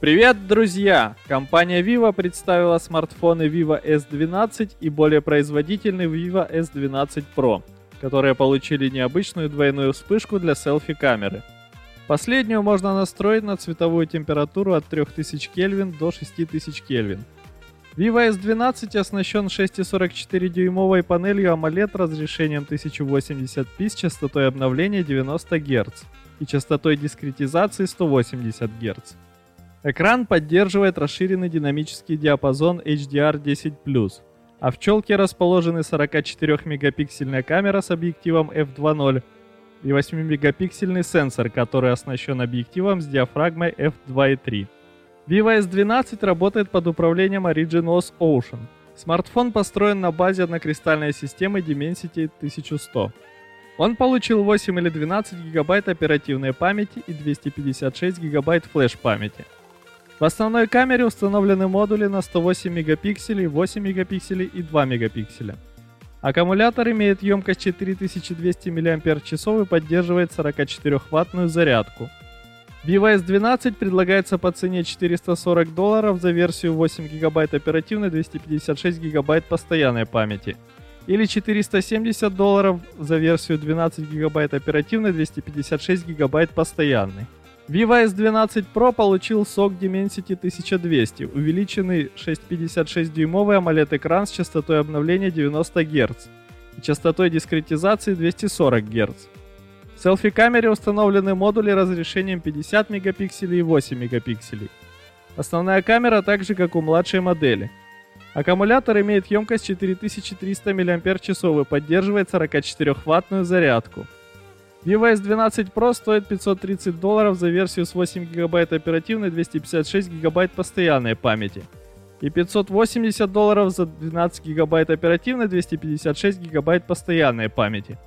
Привет, друзья! Компания Vivo представила смартфоны Vivo S12 и более производительный Vivo S12 Pro, которые получили необычную двойную вспышку для селфи-камеры. Последнюю можно настроить на цветовую температуру от 3000 Кельвин до 6000 Кельвин. Vivo S12 оснащен 6,44-дюймовой панелью AMOLED разрешением 1080p с частотой обновления 90 Гц и частотой дискретизации 180 Гц. Экран поддерживает расширенный динамический диапазон HDR10+, а в челке расположены 44-мегапиксельная камера с объективом f2.0 и 8-мегапиксельный сенсор, который оснащен объективом с диафрагмой f2.3. Vivo S12 работает под управлением OriginOS Ocean. Смартфон построен на базе однокристальной системы Dimensity 1100. Он получил 8 или 12 гигабайт оперативной памяти и 256 гигабайт флеш-памяти. В основной камере установлены модули на 108 мегапикселей, 8 мегапикселей и 2 мегапикселя. Аккумулятор имеет емкость 4200 мАч и поддерживает 44-ваттную зарядку. Vivo S12 предлагается по цене $440 за версию 8 ГБ оперативной, 256 ГБ постоянной памяти или $470 за версию 12 ГБ оперативной, 256 ГБ постоянной. Vivo S12 Pro получил SoC Dimensity 1200, увеличенный 6,56-дюймовый AMOLED-экран с частотой обновления 90 Гц и частотой дискретизации 240 Гц. В селфи-камере установлены модули разрешением 50 мегапикселей и 8 мегапикселей. Основная камера так же, как у младшей модели. Аккумулятор имеет емкость 4300 мАч и поддерживает 44-ваттную зарядку. Vivo S12 Pro стоит $530 за версию с 8 ГБ оперативной, 256 ГБ постоянной памяти и $580 за 12 ГБ оперативной, 256 ГБ постоянной памяти.